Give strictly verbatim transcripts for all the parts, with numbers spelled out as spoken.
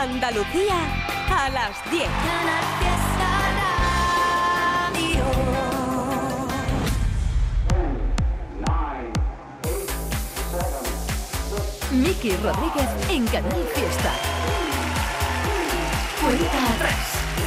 Andalucía a las diez. Miki Rodríguez en Canal Fiesta. Cuenta atrás.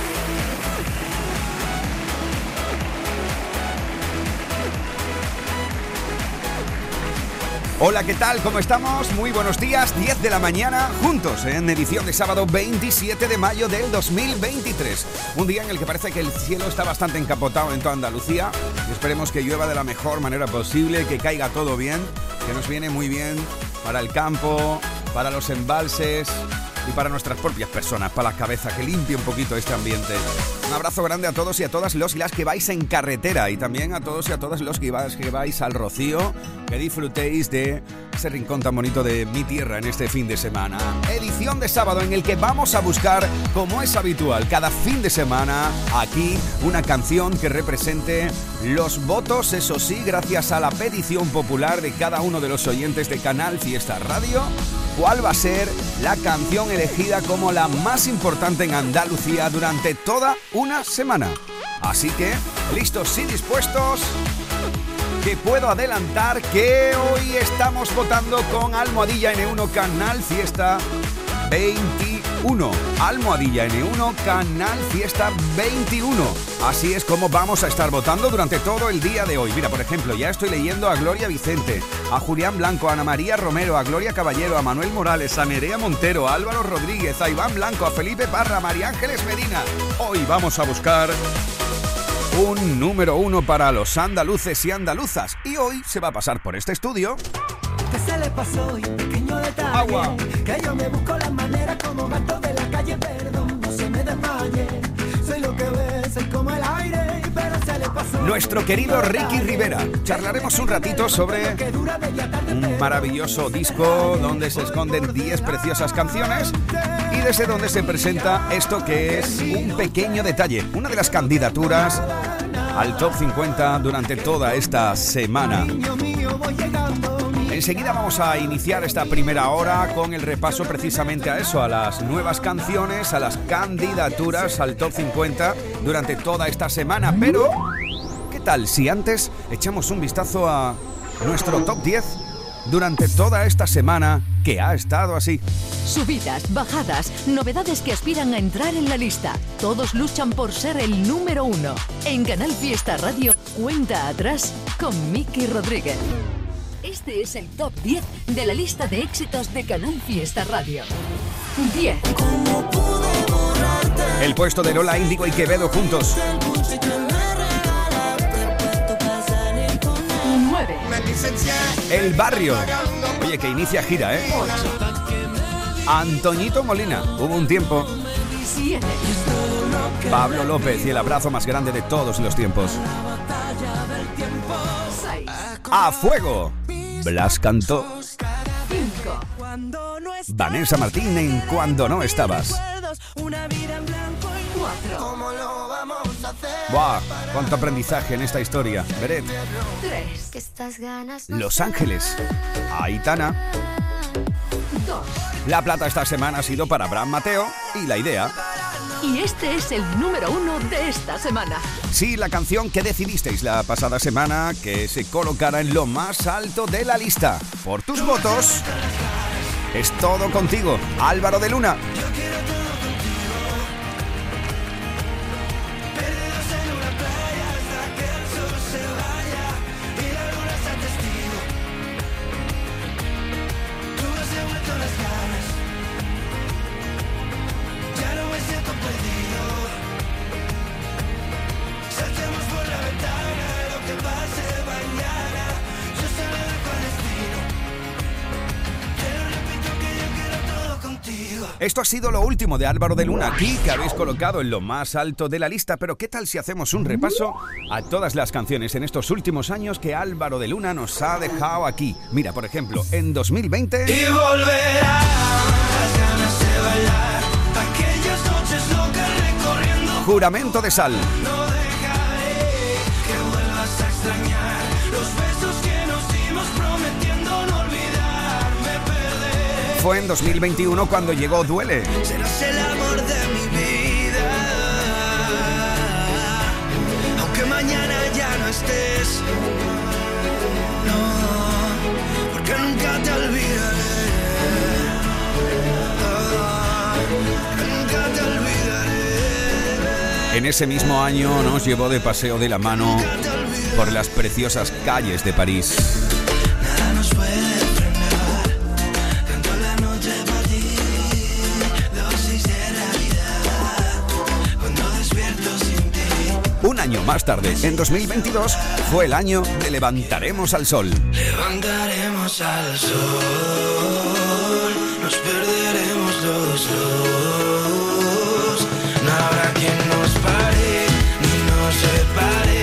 Hola, ¿qué tal? ¿Cómo estamos? Muy buenos días, diez de la mañana, juntos en edición de sábado veintisiete de mayo del dos mil veintitrés. Un día en el que parece que el cielo está bastante encapotado en toda Andalucía y esperemos que llueva de la mejor manera posible, que caiga todo bien, que nos viene muy bien para el campo, para los embalses y para nuestras propias personas, para la cabeza, que limpie un poquito este ambiente. Un abrazo grande a todos y a todas los y las que vais en carretera y también a todos y a todas los que vais, que vais al Rocío, que disfrutéis de ese rincón tan bonito de mi tierra en este fin de semana. Edición de sábado en el que vamos a buscar, como es habitual, cada fin de semana, aquí, una canción que represente los votos, eso sí, gracias a la petición popular de cada uno de los oyentes de Canal Fiesta Radio. ¿Cuál va a ser la canción elegida como la más importante en Andalucía durante toda una semana? Así que, listos y dispuestos, que puedo adelantar que hoy estamos votando con Almohadilla N uno Canal Fiesta veintiuno. Almohadilla N uno Canal Fiesta veintiuno. Así es como vamos a estar votando durante todo el día de hoy. Mira, por ejemplo, ya estoy leyendo a Gloria Vicente, a Julián Blanco, a Ana María Romero, a Gloria Caballero, a Manuel Morales, a Nerea Montero, a Álvaro Rodríguez, a Iván Blanco, a Felipe Parra, a María Ángeles Medina. Hoy vamos a buscar un número uno para los andaluces y andaluzas. Y hoy se va a pasar por este estudio. ¿Qué se le pasó? Y un pequeño detalle. Agua. Que yo me busco la manera como gato de la calle. Perdón, no se me desmaye. Soy lo que ves, soy como el aire. Pero se le pasó. Nuestro querido Ricky Rivera. Charlaremos un ratito sobre un maravilloso disco donde se esconden diez preciosas canciones y desde donde se presenta esto que es un pequeño detalle, una de las candidaturas al Top cincuenta durante toda esta semana. Enseguida vamos a iniciar esta primera hora con el repaso precisamente a eso, a las nuevas canciones, a las candidaturas al Top cincuenta durante toda esta semana. Pero, ¿qué tal si antes echamos un vistazo a nuestro Top diez durante toda esta semana que ha estado así? Subidas, bajadas, novedades que aspiran a entrar en la lista. Todos luchan por ser el número uno. En Canal Fiesta Radio, cuenta atrás con Miki Rodríguez. Este es el Top diez de la lista de éxitos de Canal Fiesta Radio. diez. El puesto de Lola Índigo y Quevedo juntos. nueve. El Barrio. Oye, que inicia gira, ¿eh? Antoñito Molina. Hubo un tiempo. siete. Pablo López y el abrazo más grande de todos los tiempos. seis. A fuego. Blas cantó. cinco. Vanessa Martín en Cuando no estabas. cuatro. ¡Buah! Cuánto aprendizaje en esta historia. Beret. tres. Los Ángeles. Aitana. dos. La plata esta semana ha sido para Abraham Mateo y La Idea. Y este es el número uno de esta semana. Sí, la canción que decidisteis la pasada semana que se colocara en lo más alto de la lista. Por tus votos, es todo contigo, Álvaro de Luna. Esto ha sido lo último de Álvaro de Luna, aquí que habéis colocado en lo más alto de la lista. Pero ¿qué tal si hacemos un repaso a todas las canciones en estos últimos años que Álvaro de Luna nos ha dejado aquí? Mira, por ejemplo, en dos mil veinte... Y volverá las ganas de bailar, aquellas noches locas recorriendo. Juramento de Sal. No dejaré que vuelvas a extrañar los besos que nos dimos prometiendo no olvidarme, perder. fue en dos mil veintiuno cuando llegó Duele. Serás el amor de mi vida, aunque mañana ya no estés. No, porque nunca te olvidaré. Nunca te olvidaré. En ese mismo año nos llevó de paseo de la mano por las preciosas calles de París. Nada nos puede frenar, tanto la noche para ti, dosis de realidad, cuando despierto sin ti. Un año más tarde, en dos mil veintidós, fue el año de Levantaremos al Sol. Levantaremos al sol, nos perderemos los dos, no habrá quien nos pare, ni nos separe.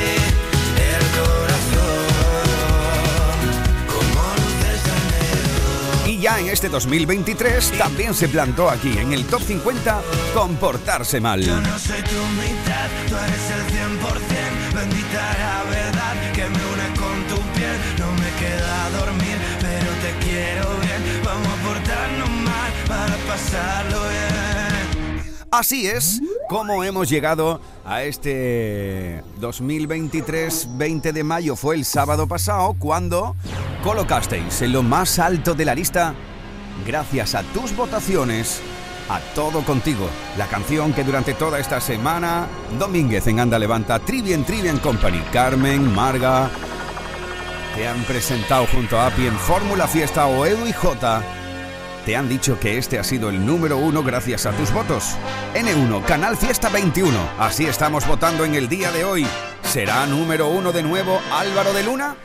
Y ya en este dos mil veintitrés también se plantó aquí en el top cincuenta Comportarse Mal. Yo no soy tu mitad, tú eres el cien por ciento. Bendita la verdad que me une con tu piel. No me queda dormir, pero te quiero bien. Vamos a portarnos mal para pasarlo bien. Así es como hemos llegado a este dos mil veintitrés. veinte de mayo fue el sábado pasado cuando colocasteis en lo más alto de la lista, gracias a tus votaciones, a Todo Contigo, la canción que durante toda esta semana Domínguez en Anda Levanta, Trivian Trivian Company, Carmen, Marga, te han presentado junto a Api en Fórmula Fiesta o Edu y J. Te han dicho que este ha sido el número uno gracias a tus votos. ene uno, Canal Fiesta veintiuno. Así estamos votando en el día de hoy. ¿Será número uno de nuevo Álvaro de Luna?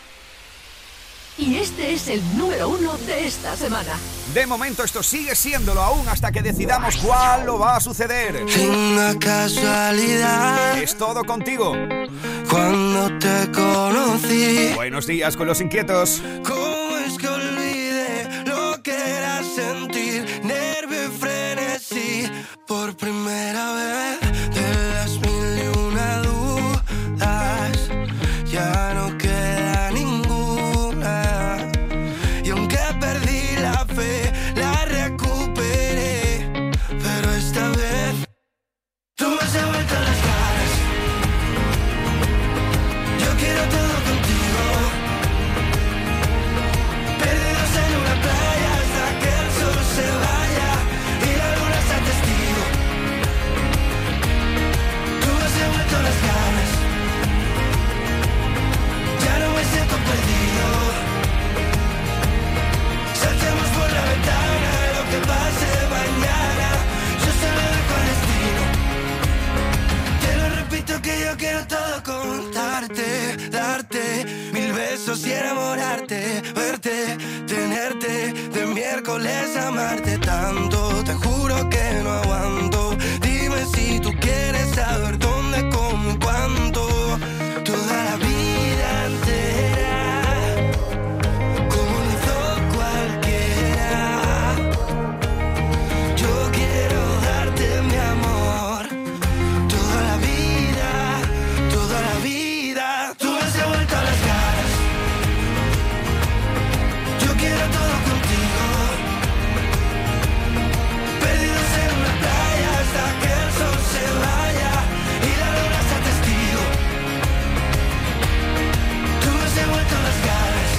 Y este es el número uno de esta semana. De momento esto sigue siéndolo aún hasta que decidamos cuál lo va a suceder. Una casualidad. Es Todo Contigo. Cuando te conocí. Buenos días con los inquietos. ¿Cómo es que olvidé lo que era sentir nervio y frenesí? Por primera vez de las mil y una dudas, ya no queda ninguna. Y aunque perdí la fe, la recuperé. Pero esta vez tú me has devuelto las caras. Yo quiero todo contigo. Perdidos en una playa hasta que el sol se vaya y la luna sea testigo. Tú me has devuelto las ganas. Ya no me siento perdido. Saltemos por la ventana, lo que pase mañana, yo se lo dejo al destino. Te lo repito que yo quiero todo contarte, darte mil besos y enamorarte, verte, tenerte, de miércoles amarte tanto. Te juro que no aguanto. Dime si tú quieres saber dónde, cómo y cuánto. Toda la vida entera, como lo hizo cualquiera. Yo quiero darte mi amor. Toda la vida, toda la vida. Tú me has devuelto las ganas. Yo quiero todo contigo. Perdidos en una playa hasta que el sol se vaya y la luna sea testigo. Tú me has devuelto las ganas.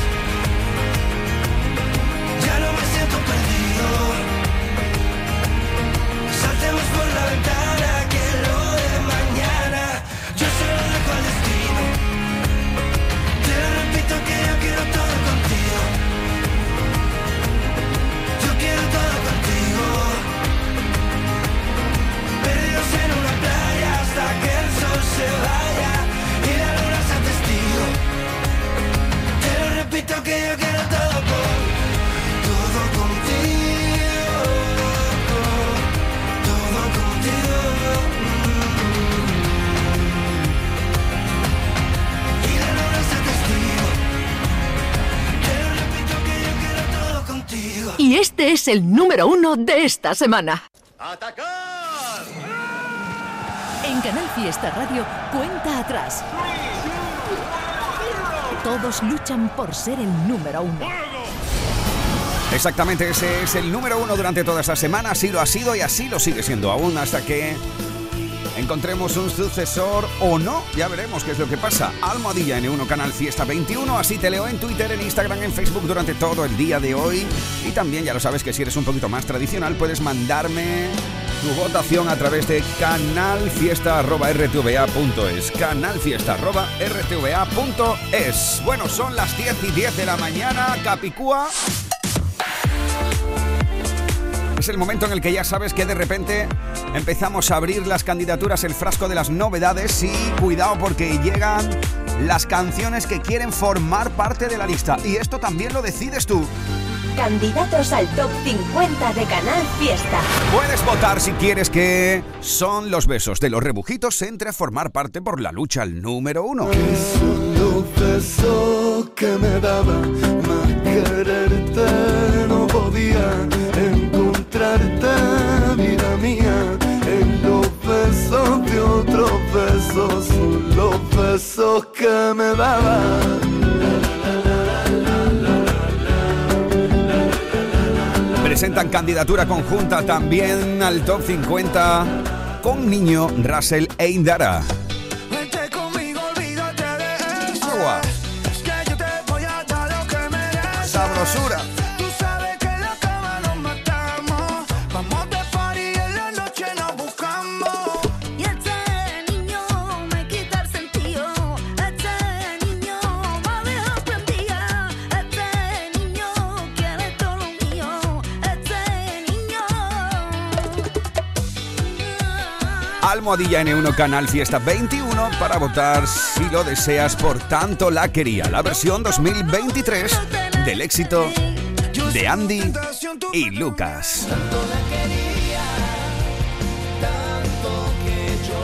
Ya no me siento perdido. Saltemos por la ventana que lo de mañana yo se lo dejo al destino. Te lo repito que yo quiero todo contigo. Yo quiero todo contigo. Perdidos en una playa hasta que el sol se vaya y la luna sea testigo. Te lo repito que yo quiero todo con, todo contigo, todo contigo. Y la luna sea testigo. Te lo repito que yo quiero todo contigo. Y este es el número uno de esta semana. ¡Atacar! En Canal Fiesta Radio, cuenta atrás. Todos luchan por ser el número uno. Exactamente, ese es el número uno durante toda esta semana. Así lo ha sido y así lo sigue siendo aún hasta que encontremos un sucesor o no. Ya veremos qué es lo que pasa. Almohadilla N uno Canal Fiesta veintiuno. Así te leo en Twitter, en Instagram, en Facebook durante todo el día de hoy. Y también ya lo sabes que si eres un poquito más tradicional puedes mandarme tu votación a través de canalfiesta arroba r t v a punto es. canalfiesta arroba r t v a punto es. Bueno, son las diez y diez de la mañana. Capicúa. Es el momento en el que ya sabes que de repente empezamos a abrir las candidaturas, el frasco de las novedades, y cuidado porque llegan las canciones que quieren formar parte de la lista. Y esto también lo decides tú. Candidatos al Top cincuenta de Canal Fiesta. Puedes votar si quieres que Son los besos de los rebujitos entre a formar parte por la lucha al número uno. Son los besos que me daban, más quererte no podía encontrarte, vida mía, en los besos de otros besos. Son los besos que me daban. Presentan candidatura conjunta también al Top cincuenta con Niño, Russell e Indara. Vente conmigo, olvídate de eso. Agua. Es que yo te voy a dar lo que mereces. Sabrosura. Tú sabes que en la cama nos matamos. Vamos de party y en la noche nos buscamos. Y este niño me quita el sentido. Este niño va a dejar prendida. Este niño quiere todo lo mío. Este niño. Almohadilla N uno Canal Fiesta veintiuno para votar si lo deseas por Tanto la quería, la versión dos mil veintitrés del éxito de Andy y Lucas. Tanto la quería, tanto que yo,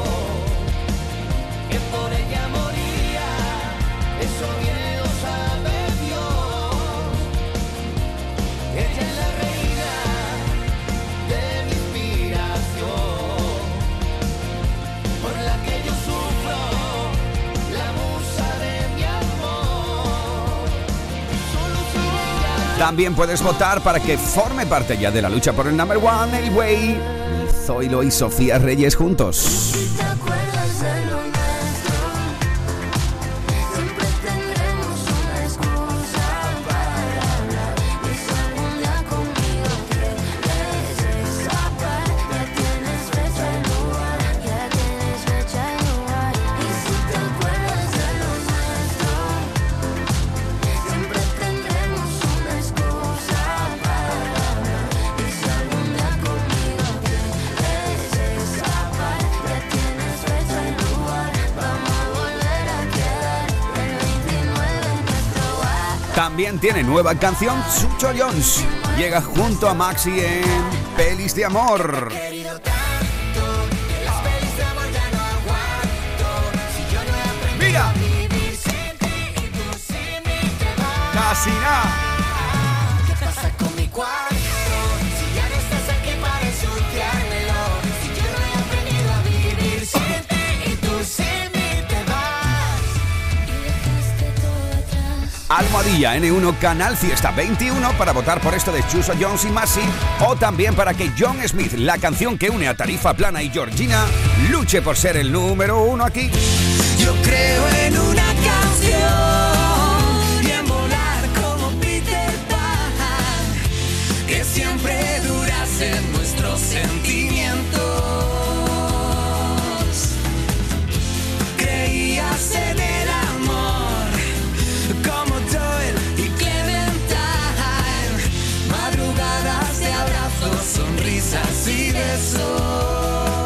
que por ella moría, eso bien lo sabe Dios. Ella es la reina de mi inspiración, por la que yo sufro, la musa de mi amor. Solo soy ella. También puedes votar para que forme parte ya de la lucha por el number one, el Way, Zoilo y Sofía Reyes juntos. Si te acuerdas de lo nuestro, siempre tendremos una excusa para hablar. Y si algún día conmigo quieres escapar, ya tienes fecha y lugar, ya tienes fecha y lugar. Y si te acuerdas de lo nuestro, siempre tendremos una excusa para hablar. Y si algún día conmigo quieres escapar, ya tienes fecha y lugar, vamos a volver a quedar el veintinueve en nuestro hogar. También tiene nueva canción Chucho Jones. Llega junto a Maxi en Pelis de Amor. Mira, casi nada. ¿Qué pasa con mi cuarto? Si ya no estás aquí para ensuciármelo. Si yo no he aprendido a vivir sin ti y tú sin mí te vas. Y dejaste todo atrás. Almohadilla N uno Canal Fiesta veintiuno para votar por esto de Chuso Jones y Maxi, o también para que John Smith, la canción que une a Tarifa Plana y Georgina, luche por ser el número uno aquí. Yo creo en una canción y en volar como Peter Pan, que siempre durasen nuestros sentimientos. Creías en el amor como Joel y Clementine, madrugadas de abrazos, sonrisas y besos.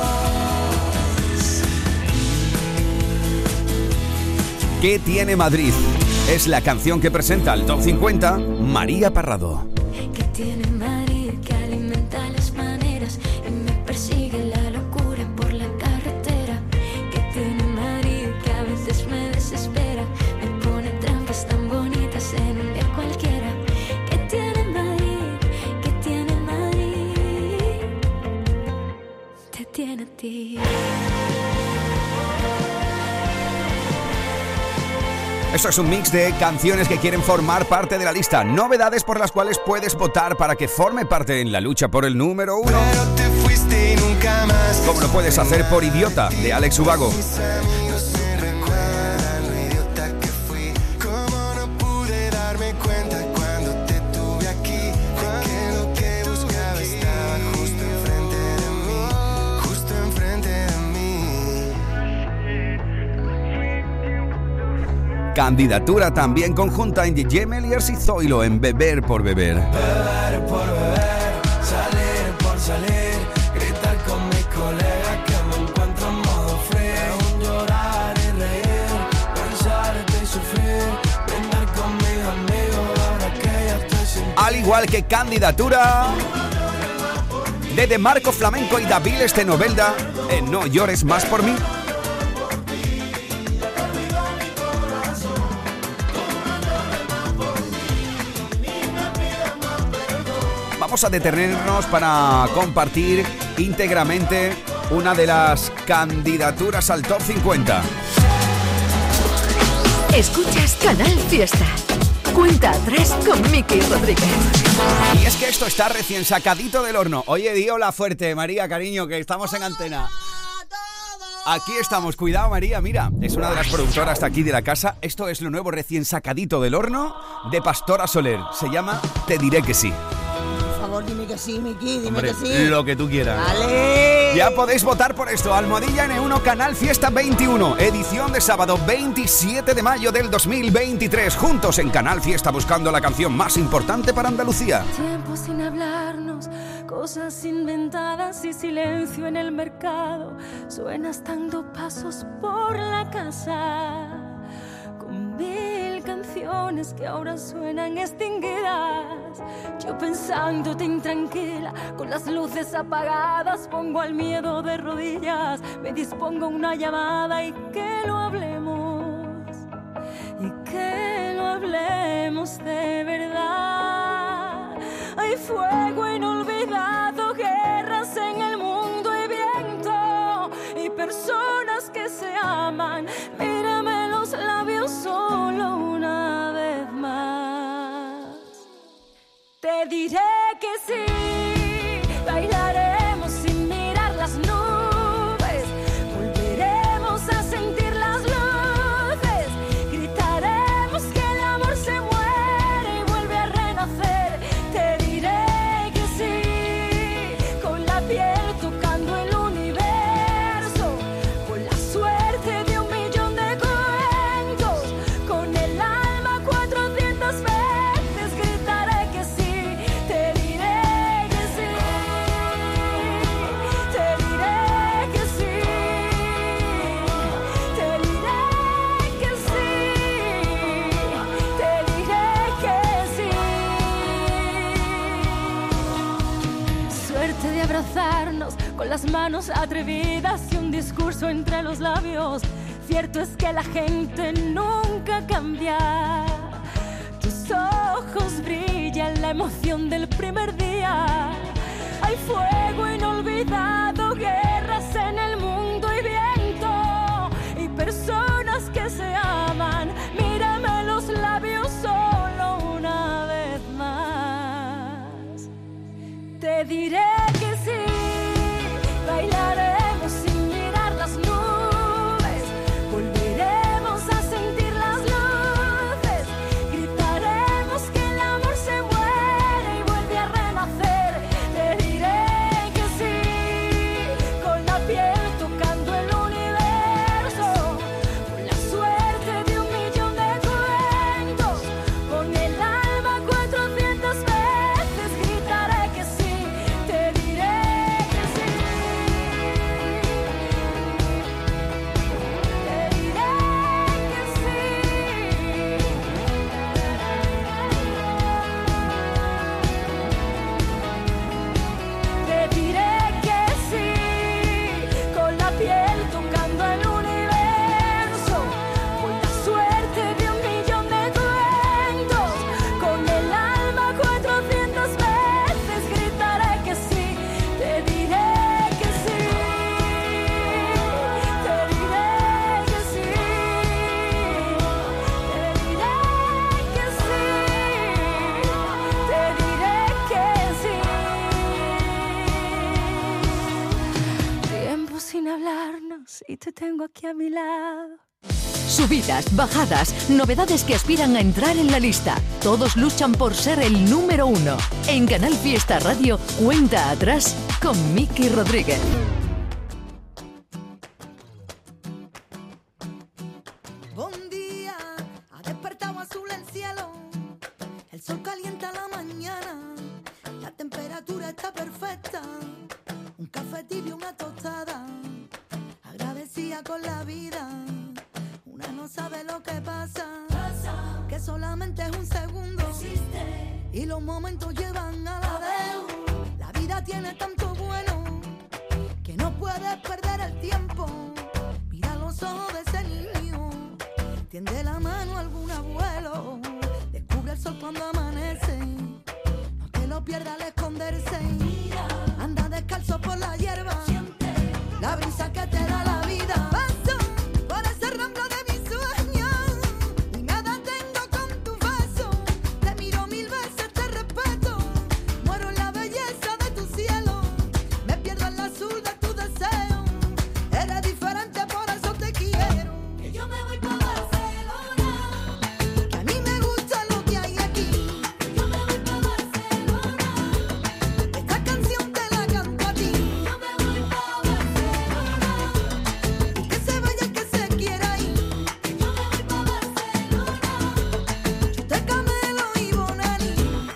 ¿Qué tiene Madrid? Es la canción que presenta al Top cincuenta María Parrado. Que tiene Madrid que alimenta las maneras y me persigue la locura por la carretera. Que tiene Madrid que a veces me desespera, me pone trampas tan bonitas en un día cualquiera. Que tiene Madrid, que tiene Madrid, te tiene a ti. Esto es un mix de canciones que quieren formar parte de la lista. Novedades por las cuales puedes votar para que forme parte en la lucha por el número uno. Pero te fuiste y nunca más. Como lo puedes hacer por Idiota, de Alex Ubago. Candidatura también conjunta en D J Meliers y Zoilo en Beber por Beber. Beber por beber, salir por salir, gritar con mis colegas que me encuentro en modo free. Un llorar y reír, pensarte y sufrir, brindar con mis amigos ahora que ya estoy sin ti. Al igual que candidatura de De Marco Flamenco y David Estenovelda en No llores más por mí. Vamos a detenernos para compartir íntegramente una de las candidaturas al Top cincuenta. Escuchas Canal Fiesta. Cuenta atrás con Miki Rodríguez. Y es que esto está recién sacadito del horno. Oye, di hola fuerte, María, cariño, que estamos en antena. Aquí estamos, cuidado María, mira, es una de las productoras de aquí de la casa. Esto es lo nuevo recién sacadito del horno de Pastora Soler. Se llama Te diré que sí. Por favor, dime que sí, Miki, dime Hombre, que sí. lo que tú quieras. ¡Vale! Ya podéis votar por esto. Almohadilla N uno Canal Fiesta veintiuno, edición de sábado veintisiete de mayo del dos mil veintitrés. Juntos en Canal Fiesta buscando la canción más importante para Andalucía. Tiempo sin hablarnos, cosas inventadas y silencio en el mercado. Suenas dando pasos por la casa, con mil canciones que ahora suenan extinguidas. Yo pensándote intranquila, con las luces apagadas, pongo al miedo de rodillas, me dispongo a una llamada y que lo hablemos, y que lo hablemos de verdad. Hay fuego inolvidado, guerras en el mundo y viento, y personas que se aman. Mírame los labios solo una vez más. Te diré que sí, bailaremos sin mirar las nubes, volveremos a sentir las luces, gritaremos que el amor se muere y vuelve a renacer. Te diré que sí, con la piel tocando el universo, con la suerte de un millón de cuentos, con el alma cuatrocientas veces gritaré que sí. Te diré que sí, te diré que sí, te diré que sí, te diré que sí. Suerte de abrazarnos con las manos atrevidas y un discurso entre los labios. Cierto es que la gente nunca cambia. Tus ojos brillan, la emoción del primer día. Hay fuego inolvidado, guerras en el mundo y viento, y personas que se aman. Mírame los labios solo una vez más. Te diré que sí, bailaremos sin mirar las nubes, volveremos a sentir las luces, gritaremos que el amor se muere y vuelve a renacer. Te diré que sí, con la piel tocando el universo, con la suerte de un millón de cuentos, con el alma cuatrocientas veces gritaré que sí. Te te tengo aquí a mi lado. Subidas, bajadas, novedades que aspiran a entrar en la lista. Todos luchan por ser el número uno. En Canal Fiesta Radio, cuenta atrás con Miki Rodríguez. Buen día, ha despertado azul el cielo. El sol calienta la mañana. La temperatura está perfecta. Un café tibio, una tostada. Agradecida con la vida. Una no sabe lo que pasa, pasa. Que solamente es un segundo. Existe. Y los momentos llevan a la vez. La vida tiene tanto bueno que no puedes perder el tiempo. Mira los ojos de ese niño. Tiende la mano a algún abuelo. Descubre el sol cuando amanece. No te lo pierdas al esconderse. Mira. Anda descalzo por la hierba. Siente la brisa que te da la vida. Paso por ese ramblo de mis sueños y nada tengo con tu beso. Te miro mil veces, te respeto. Muero en la belleza de tu cielo. Me pierdo en la azul de tu deseo. Eres diferente, por eso te quiero. Que yo me voy pa' Barcelona. Que a mí me gusta lo que hay aquí. Que yo me voy pa' Barcelona. Esta canción te la canto a ti. Yo me voy pa' Barcelona. Y que se vaya el que se quiera ir. Que yo me voy pa' Barcelona. Chute, Camelo y Bonani.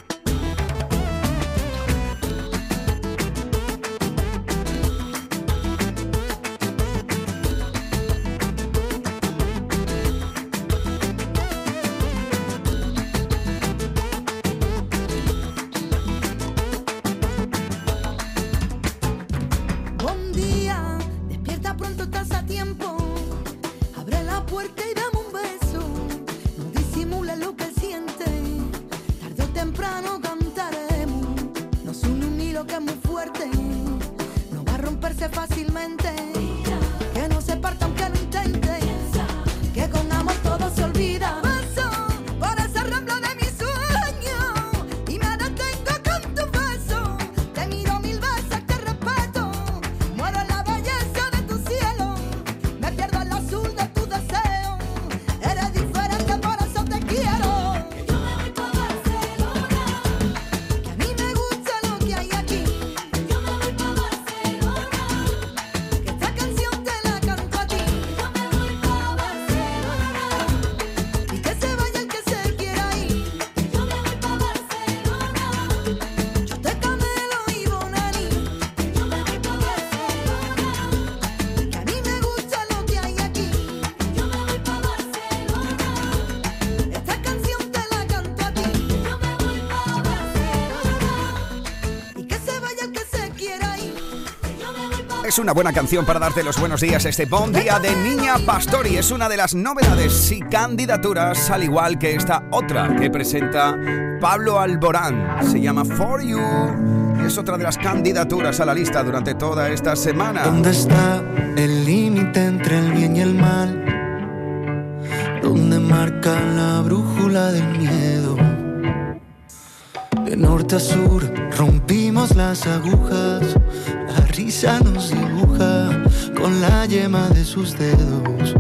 Buen día, despierta pronto, estás a tiempo. Abre la puerta y dame un beso. No disimules lo que sientes. Tarde o temprano cantaremos. Nos une un hilo que es muy fuerte. No va a romperse fácilmente. Que no se parta aunque lo intente. Que con amor todo se olvida. Paso por ese ramblo de mis sueños y me detengo con tu beso. Te miro mil veces, te respeto. Muero en la belleza de tu cielo. Me pierdo en lo azul de tu deseo. Eres diferente, por eso te quiero. Que yo me voy pa' Barcelona. Que a mí me gusta lo que hay aquí. Que yo me voy pa' Barcelona. Que esta canción te la canto a ti. Que yo me voy pa' Barcelona. Y que se vaya el que se quiera ir. Que yo me voy pa' Barcelona. Chute, Camelo y Bonani. Que yo me voy pa' Barcelona. Que a mí me gusta lo que hay aquí. Que yo me voy pa' Barcelona. Esta canción te la canto a ti. Que yo me voy pa' Barcelona. Y que se vaya el que se quiera ir. Que yo me voy pa' Es una buena canción para darte los buenos días. Este Bon Día de Niña Pastori es una de las novedades y candidaturas, al igual que esta otra que presenta Pablo Alborán. Se llama For You y es otra de las candidaturas a la lista durante toda esta semana. ¿Dónde está el límite entre el bien y el mal? ¿Dónde marca la brújula del miedo? De norte a sur rompimos las agujas. La risa nos dibuja con la yema de sus dedos.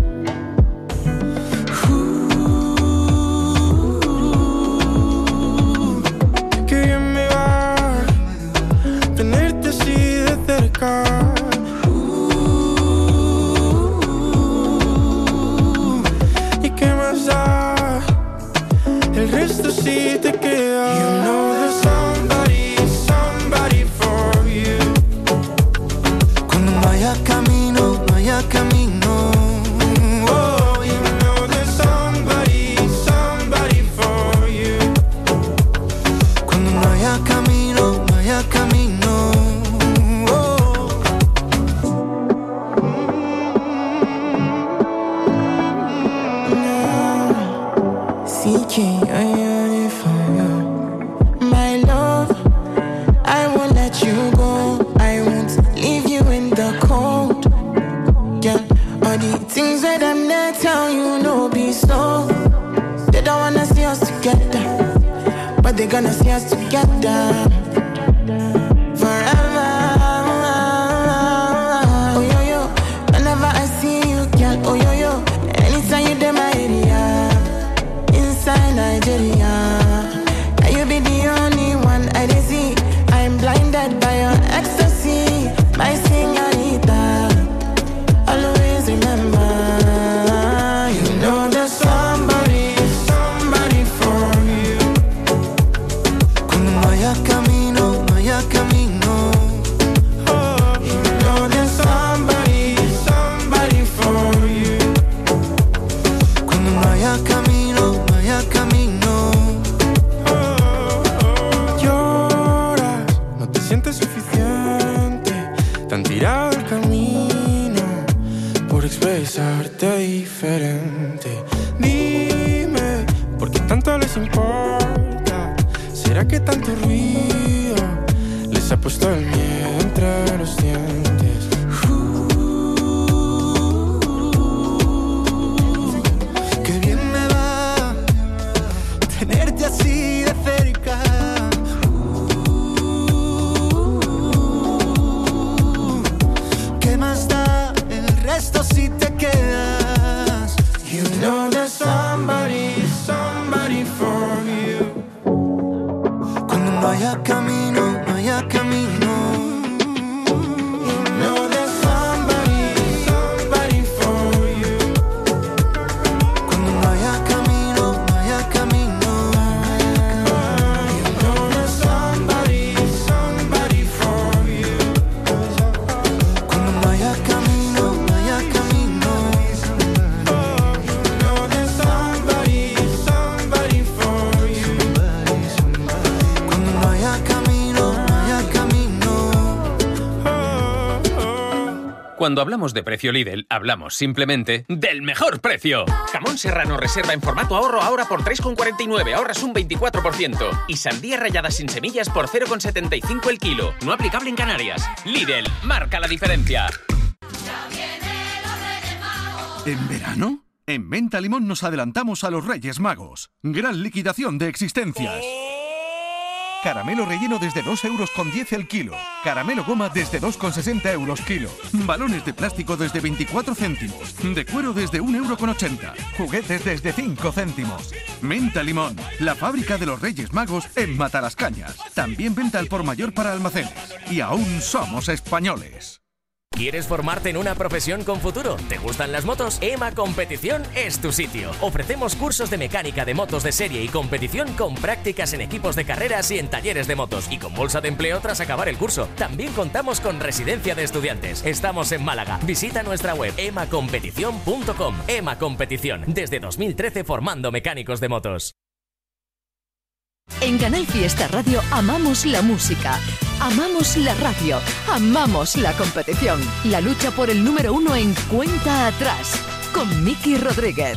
Qué bien me va tenerte así de cerca. ¿Y qué más da? El resto sí te queda. You know there's somebody, somebody for you. Cuando no haya camino, no haya camino. Oh, you know there's somebody, somebody for you. Cuando no haya camino, no haya camino. Oh. Seeking a for you, my love. I won't let you go. I won't leave you in the cold. Yeah, all the things that I'm not tell you, no be so. They don't wanna see us together, but they gonna see us together forever. Oh yo yo, whenever I see Nigeria. Now you be the only one I dey see. I'm blinded by your ecstasy, my señorita. Always remember, you know there's somebody, somebody for you. Cuando no haya camino, no haya camino. Oh, you know there's somebody, somebody for you. Cuando no haya camino, no haya camino. Oh, oh. Lloras, no te sientes suficiente, tan tirado el camino por expresarte diferente. Dime, ¿por qué tanto les importa? ¿Será que tanto ruido les ha puesto el miedo entre los dientes? Uh, qué bien me va tenerte así de cerca. Uh, ¿qué más da el resto si te quedas? You know there's somebody, somebody for you. Cuando no haya camino, no haya camino. You know there's somebody, somebody for you. Cuando no haya camino, no haya camino. You know there's somebody, somebody for you. Cuando no haya camino, no haya camino. You know there's somebody, somebody for you. Cuando no haya camino, no haya camino. Cuando hablamos de precio Lidl, hablamos simplemente del mejor precio. Jamón serrano reserva en formato ahorro ahora por tres con cuarenta y nueve, ahorras un veinticuatro por ciento. Y sandía rallada sin semillas por cero con setenta y cinco el kilo. No aplicable en Canarias. Lidl, marca la diferencia. ¿En verano? En Menta Limón nos adelantamos a los Reyes Magos. Gran liquidación de existencias. Caramelo relleno desde dos euros con diez el kilo. Caramelo goma desde dos con sesenta euros kilo. Balones de plástico desde veinticuatro céntimos. De cuero desde un euro con ochenta. Juguetes desde cinco céntimos. Menta Limón, la fábrica de los Reyes Magos en Matalascañas. También venta al por mayor para almacenes. Y aún somos españoles. ¿Quieres formarte en una profesión con futuro? ¿Te gustan las motos? EMA Competición es tu sitio. Ofrecemos cursos de mecánica de motos de serie y competición con prácticas en equipos de carreras y en talleres de motos y con bolsa de empleo tras acabar el curso. También contamos con residencia de estudiantes. Estamos en Málaga. Visita nuestra web ema competición punto com. EMA Competición, desde dos mil trece formando mecánicos de motos. En Canal Fiesta Radio amamos la música, amamos la radio, amamos la competición. La lucha por el número uno en Cuenta Atrás, con Miki Rodríguez.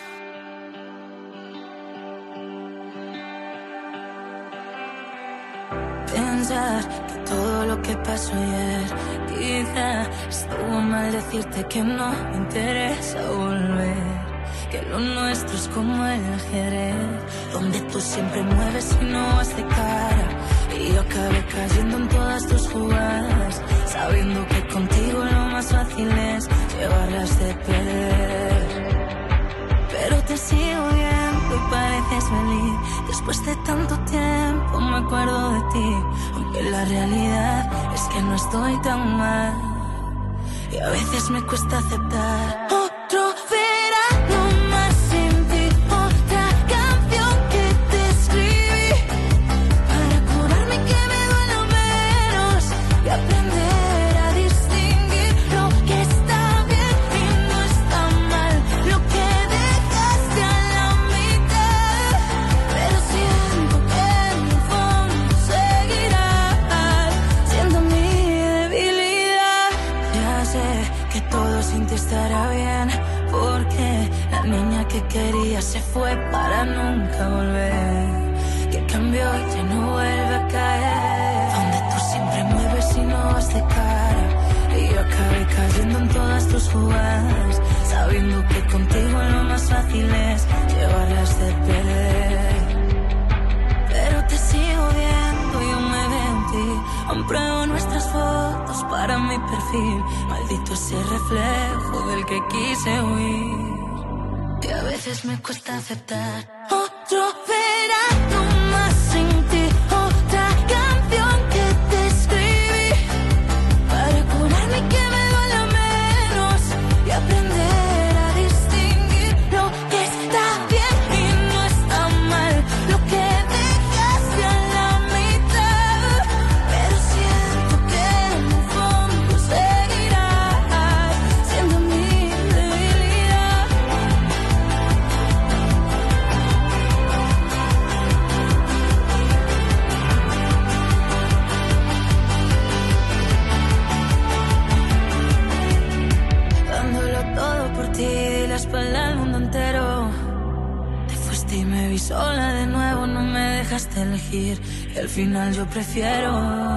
Pensar que todo lo que pasó ayer, quizá estuvo mal decirte que no me interesa volver. Que lo nuestro es como el ajedrez, donde tú siempre mueves y no vas de cara. Y yo acabé cayendo en todas tus jugadas, sabiendo que contigo lo más fácil es llevarlas de perder. Pero te sigo viendo y pareces feliz. Después de tanto tiempo me acuerdo de ti, aunque la realidad es que no estoy tan mal. Y a veces me cuesta aceptar otro verano más sin ti, otra canción que te escribí para curarme que me duela menos y aprender a distinguir lo que está bien y no está mal, lo que dejaste a la mitad. Pero siento que en el fondo seguirás siendo mi debilidad. Ya sé que todo sin ti estará bien, porque la niña que quería se fue para nunca volver. Que cambió y ya no vuelve a caer. Donde tú siempre mueves y no vas de cara. Y yo acabé cayendo en todas tus jugadas, sabiendo que contigo lo más fácil es llevarlas de perder. Pero te sigo viendo y yo me veo en ti. Aún pruebo nuestras fotos para mi perfil. Maldito ese reflejo del que quise huir. Y a veces me cuesta aceptar. Oh, Otro verano más sin ti, otra canción que te escribí para curarme y que me duela menos y aprender a distinguir lo que está bien y no está mal, lo que dejaste a la mitad, pero siento que en el fondo seguirás siendo mi debilidad. Dándolo todo por ti, di la espalda al mundo entero. Te fuiste y me vi sola de nuevo, no me dejaste elegir, y al final yo prefiero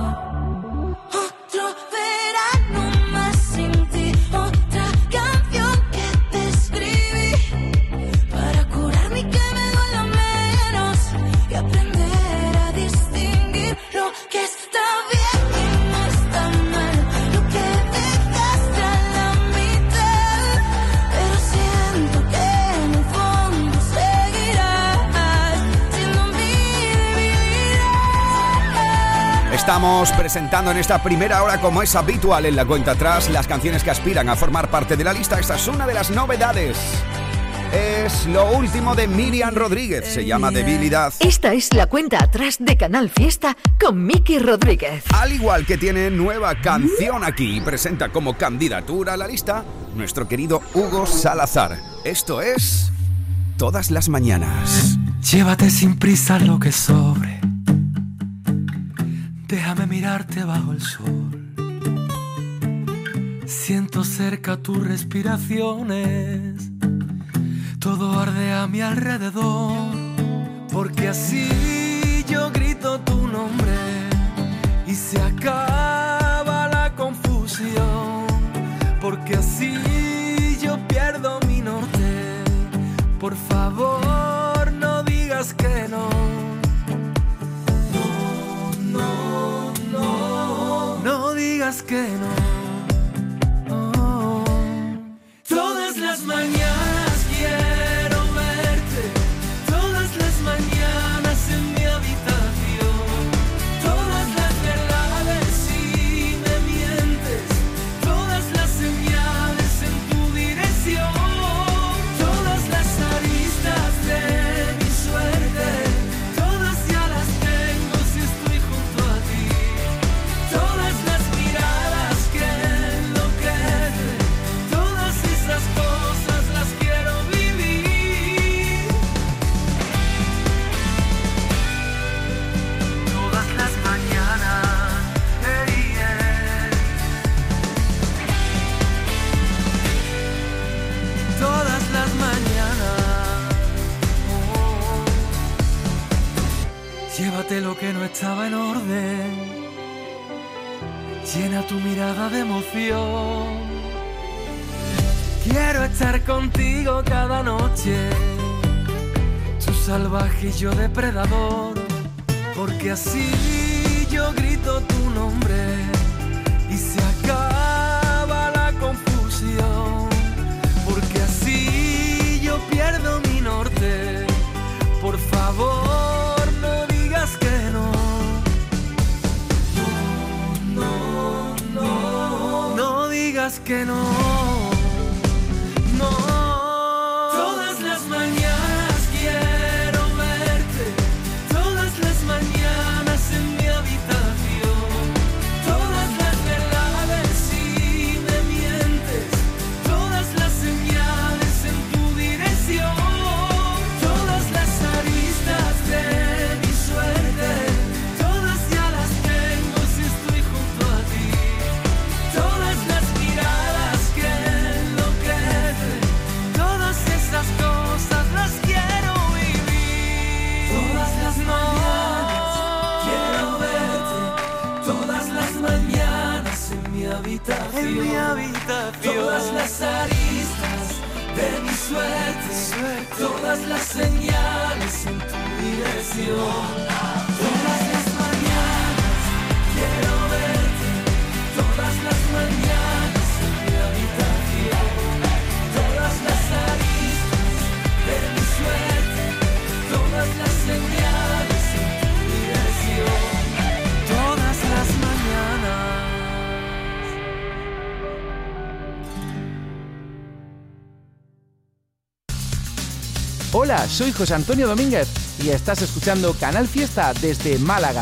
otro verano más sin ti, otra canción que te escribí para curarme y que me duela menos y aprender a distinguir lo que está bien y no está mal, lo que dejaste a la mitad, pero siento que en el fondo seguirás siendo mi debilidad. Estamos presentando en esta primera hora, como es habitual en la cuenta atrás, las canciones que aspiran a formar parte de la lista. Esta es una de las novedades. Es lo último de Miriam Rodríguez, se llama Debilidad. Esta es la cuenta atrás de Canal Fiesta con Miki Rodríguez. Al igual que tiene nueva canción aquí y presenta como candidatura a la lista nuestro querido Hugo Salazar. Esto es Todas las Mañanas. Llévate sin prisa lo que sobre. Déjame mirarte bajo el sol. Siento cerca tus respiraciones. Todo arde a mi alrededor. Porque así yo grito tu nombre y se acaba la confusión. Porque así yo pierdo mi norte. Por favor, no digas que no. No, no, no digas que no. Oh. Todas las mañanas quiero verte, todas las mañanas en mi habitación, todas las verdades si me mientes, todas las señales en tu dirección, todas las aristas de mi suerte, todas ya las tengo si estoy junto a ti, todas las miradas que enloquecen, todas esas cosas las quiero vivir. Todas las mañanas, hey, yeah. Todas las mañanas, oh. Llévate lo que no estaba en orden. Llena tu mirada de emoción. Quiero estar contigo cada noche, tú salvaje y yo depredador, porque así yo grito tu nombre y se acaba la confusión, porque así yo pierdo mi norte. Por favor, no digas que no. No, no, no, no digas que no. No. Todas las mañanas quiero verte, todas las mañanas en mi habitación, todas las verdades si me mientes, todas las señales en tu dirección, todas las aristas de mi suerte, todas ya las tengo si estoy junto a ti, todas las miradas que enloquecen, todas esas cosas las quiero vivir. Todas las mañanas quiero verte, todas las mañanas en mi habitación, en mi habitación, todas las aristas de mi suerte, suerte, todas las señales en tu dirección. Todas las mañanas quiero verte, todas las mañanas en mi habitación, todas las aristas de mi suerte, todas Hola, soy José Antonio Domínguez y estás escuchando Canal Fiesta desde Málaga.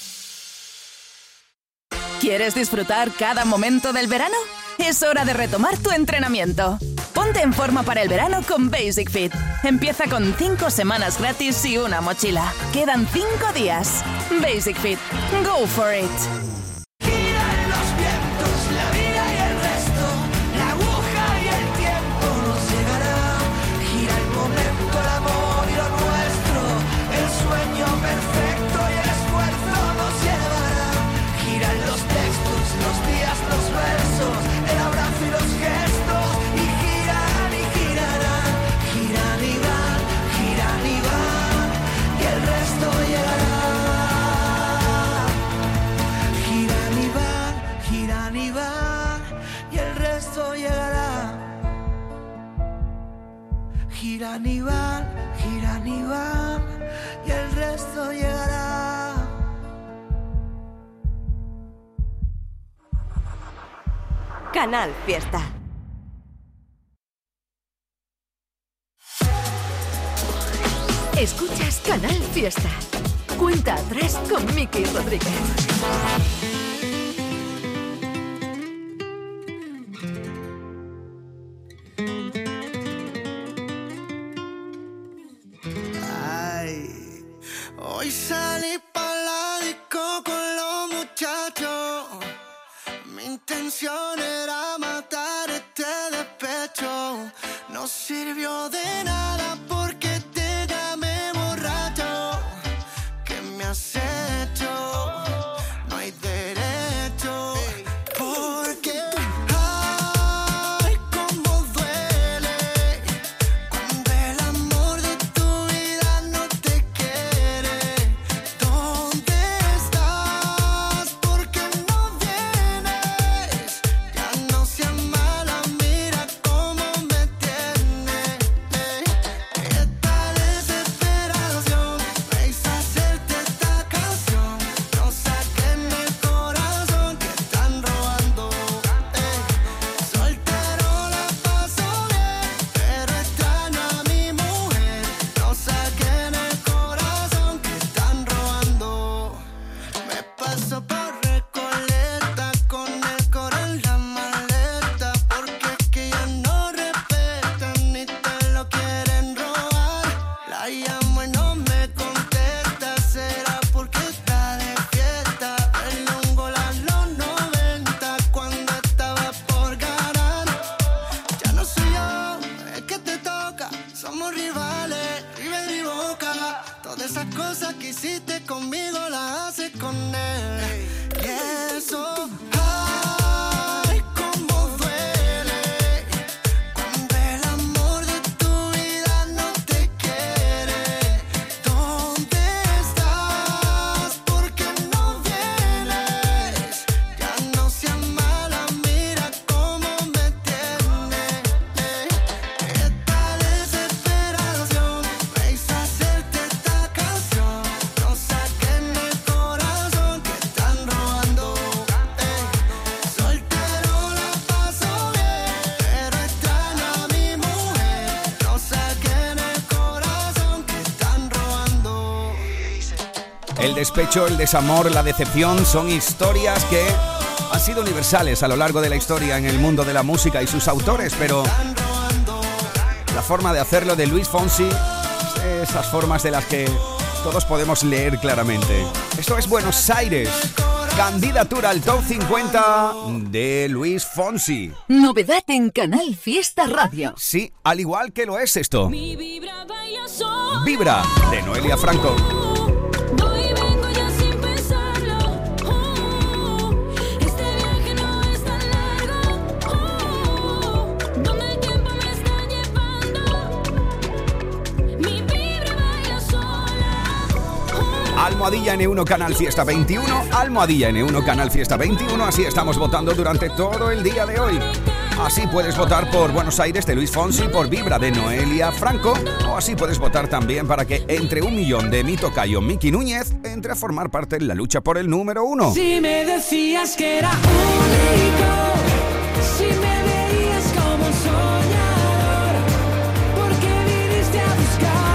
¿Quieres disfrutar cada momento del verano? Es hora de retomar tu entrenamiento. Ponte en forma para el verano con Basic Fit. Empieza con cinco semanas gratis y una mochila. Quedan cinco días. Basic Fit. Go for it. Giran los vientos, la vida y el resto, la aguja y el tiempo nos llegará. Gira el momento, el amor y lo nuestro, el sueño perfecto y el esfuerzo nos llevará. Giran los textos, los días, los versos, el abrazo y los gestos, y giran y girarán, giran y van, giran y van, y el resto llegará. Giran y van, giran y van, y el resto llegará. Giran y van, giran y van, y el resto llegará. Canal Fiesta. Escuchas Canal Fiesta. Cuenta atrás con Miki Rodríguez. Ay, hoy salí pa' la disco con los muchachos. Mi intención era matar este despecho. No sirvió de nada porque te llamé borracho. ¿Qué me has hecho? No hay derecho. Porque ay, cómo duele cuando el amor de tu vida no te quiere. ¿Dónde estás? ¿Por qué no vienes? Ya no seas mala, mira cómo me tienes. Esta desesperación me hizo hacerte esta canción. No saquen el corazón que están robando. Soltero la paso bien, pero extraño a mi mujer. No saquen el corazón que están robando. Me paso por Recoleta con el coro en la maleta, porque es que ya no respetan ni te lo quieren robar. La llamo y no me contesta, será porque está de fiesta. El hongo la los noventa cuando estaba por ganar. Ya no soy yo, es que te toca. Somos rivales, River y Boca. Todas esas cosas que hiciste conmigo las haces con él. Y eso, ay, cómo duele cuando el amor de tu vida no te quiere. ¿Dónde estás? ¿Por qué no vienes? Ya no seas mala, mira cómo me tienes. Esta desesperación me hizo hacerte esta canción. No saquen el corazón que están robando. Soltero la paso bien, pero extraño a mi mujer. No saquen el corazón que están robando. El despecho, el desamor, la decepción son historias que han sido universales a lo largo de la historia en el mundo de la música y sus autores, pero la forma de hacerlo de Luis Fonsi es de esas formas de las que todos podemos leer claramente. Esto es Buenos Aires, candidatura al top cincuenta de Luis Fonsi. Novedad en Canal Fiesta Radio. Sí, al igual que lo es esto. Vibra, de Noelia Franco. Voy y vengo ya sin pensarlo. Oh, este viaje no es tan largo. Oh, donde el tiempo me está llevando. Mi vibra baila sola. Oh, Almohadilla N uno Canal Fiesta veintiuno, Almohadilla N uno Canal Fiesta veintiuno, así estamos votando durante todo el día de hoy. Así puedes votar por Buenos Aires de Luis Fonsi, por Vibra de Noelia Franco, o así puedes votar también para que entre un millón de mi tocayo Miki Núñez entre a formar parte de la lucha por el número uno. Si me decías que era único, si me veías como un soñador, ¿por qué viniste a buscar?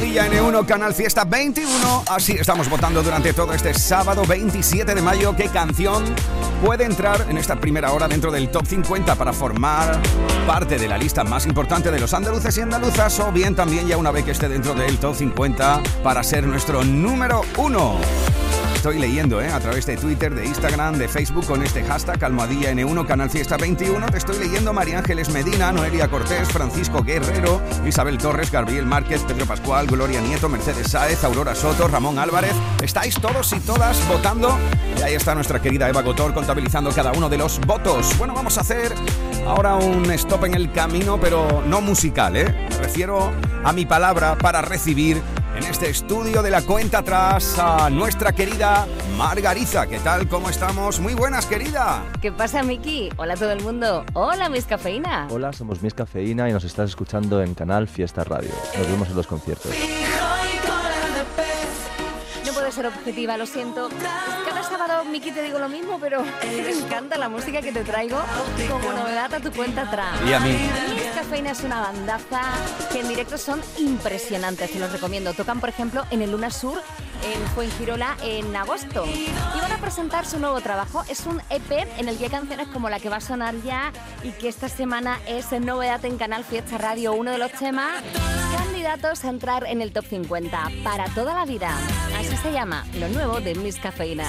Almohadilla ene uno, Canal Fiesta veintiuno. Así estamos votando durante todo este sábado veintisiete de mayo qué canción puede entrar en esta primera hora dentro del top cincuenta para formar parte de la lista más importante de los andaluces y andaluzas, o bien también ya una vez que esté dentro del top cincuenta para ser nuestro número uno. Estoy leyendo ¿eh? a través de Twitter, de Instagram, de Facebook con este hashtag Almohadilla ene uno, Canal Fiesta veintiuno. Te estoy leyendo María Ángeles Medina, Noelia Cortés, Francisco Guerrero, Isabel Torres, Gabriel Márquez, Pedro Pascual, Gloria Nieto, Mercedes Sáez, Aurora Soto, Ramón Álvarez. Estáis todos y todas votando y ahí está nuestra querida Eva Gotor contabilizando cada uno de los votos. Bueno, vamos a hacer ahora un stop en el camino, pero no musical, ¿eh? Me refiero a mi palabra para recibir en este estudio de la cuenta atrás a nuestra querida Margariza. ¿Qué tal? ¿Cómo estamos? Muy buenas, querida. ¿Qué pasa, Miki? Hola a todo el mundo. Hola, Miss Cafeína. Hola, somos Miss Cafeína y nos estás escuchando en Canal Fiesta Radio. Nos vemos en los conciertos. No puedo ser objetiva, lo siento. Cada sábado, Miki, te digo lo mismo, pero me encanta la música que te traigo como novedad a tu cuenta atrás. Y a mí. Miss Cafeína es una bandaza que en directo son impresionantes, te los recomiendo. Tocan, por ejemplo, en el Luna Sur, en Fuengirola, en agosto. Y van a presentar su nuevo trabajo. Es un E P en el que hay canciones como la que va a sonar ya y que esta semana es novedad en Canal Fiesta Radio. Uno de los temas candidatos a entrar en el top cincuenta para toda la vida. Así se llama, lo nuevo de Miss Cafeína.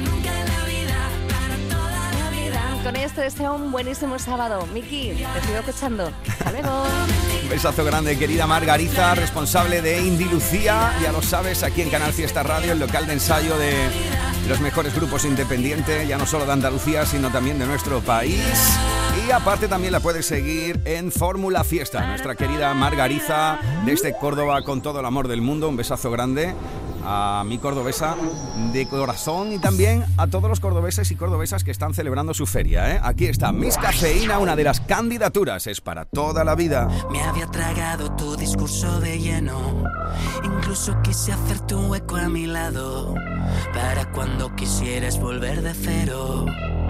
Con esto deseo un buenísimo sábado. Miki, te sigo escuchando. Hasta luego. Un besazo grande, querida Margariza, responsable de Indie Lucía. Ya lo sabes, aquí en Canal Fiesta Radio, el local de ensayo de los mejores grupos independientes, ya no solo de Andalucía, sino también de nuestro país. Y aparte también la puedes seguir en Fórmula Fiesta. Nuestra querida Margariza, desde Córdoba, con todo el amor del mundo. Un besazo grande a mi cordobesa de corazón y también a todos los cordobeses y cordobesas que están celebrando su feria, ¿eh? Aquí está Miss Cafeína, una de las candidaturas, es para toda la vida. Me había tragado tu discurso de lleno, incluso quise hacerte un hueco a mi lado, para cuando quisieras volver de cero.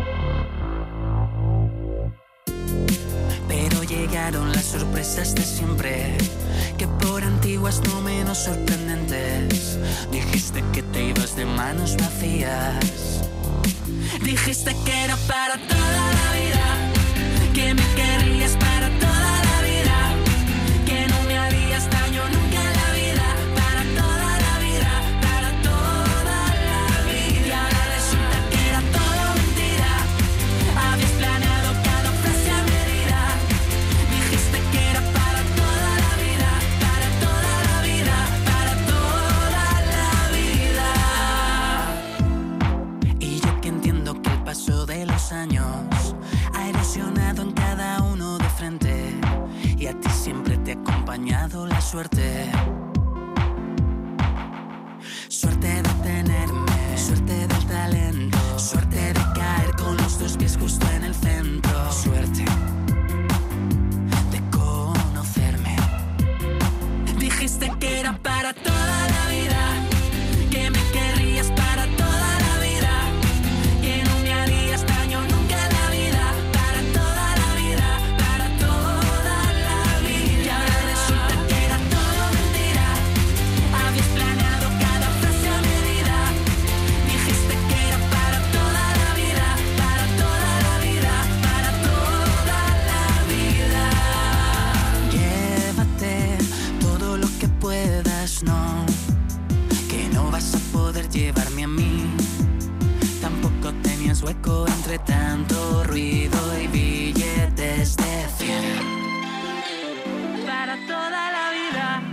Pero llegaron las sorpresas de siempre, que por antiguas no menos sorprendentes. Dijiste que te ibas de manos vacías. Dijiste que era para toda la vida, que me querías para toda la vida, que no me harías daño nunca en la vida, para toda la vida, para toda la vida. Y ahora resulta que era todo mentira, habías planeado cada frase a medida. Dijiste que era para toda la vida, para toda la vida, para toda la vida. Y yo que entiendo que el paso de los años ha erosionado en cada uno de frente, y a ti siempre te ha acompañado la suerte. Suerte de tenerme, suerte del talento, suerte de caer con los dos pies justo en el centro, suerte de conocerme. Dijiste que era para toda la vida, que me querrías para toda la vida, que no me harías daño nunca en la vida, para toda la vida, para toda la vida. Y ahora resulta que era todo mentira, habías planeado cada frase a medida. Dijiste que era para toda la vida, para toda la vida, para toda la vida. Llévate todo lo que puedas, no, que no vas a poder llevarme a mí. Tampoco tenías hueco entre tanto ruido y billetes de cien. Para toda la vida,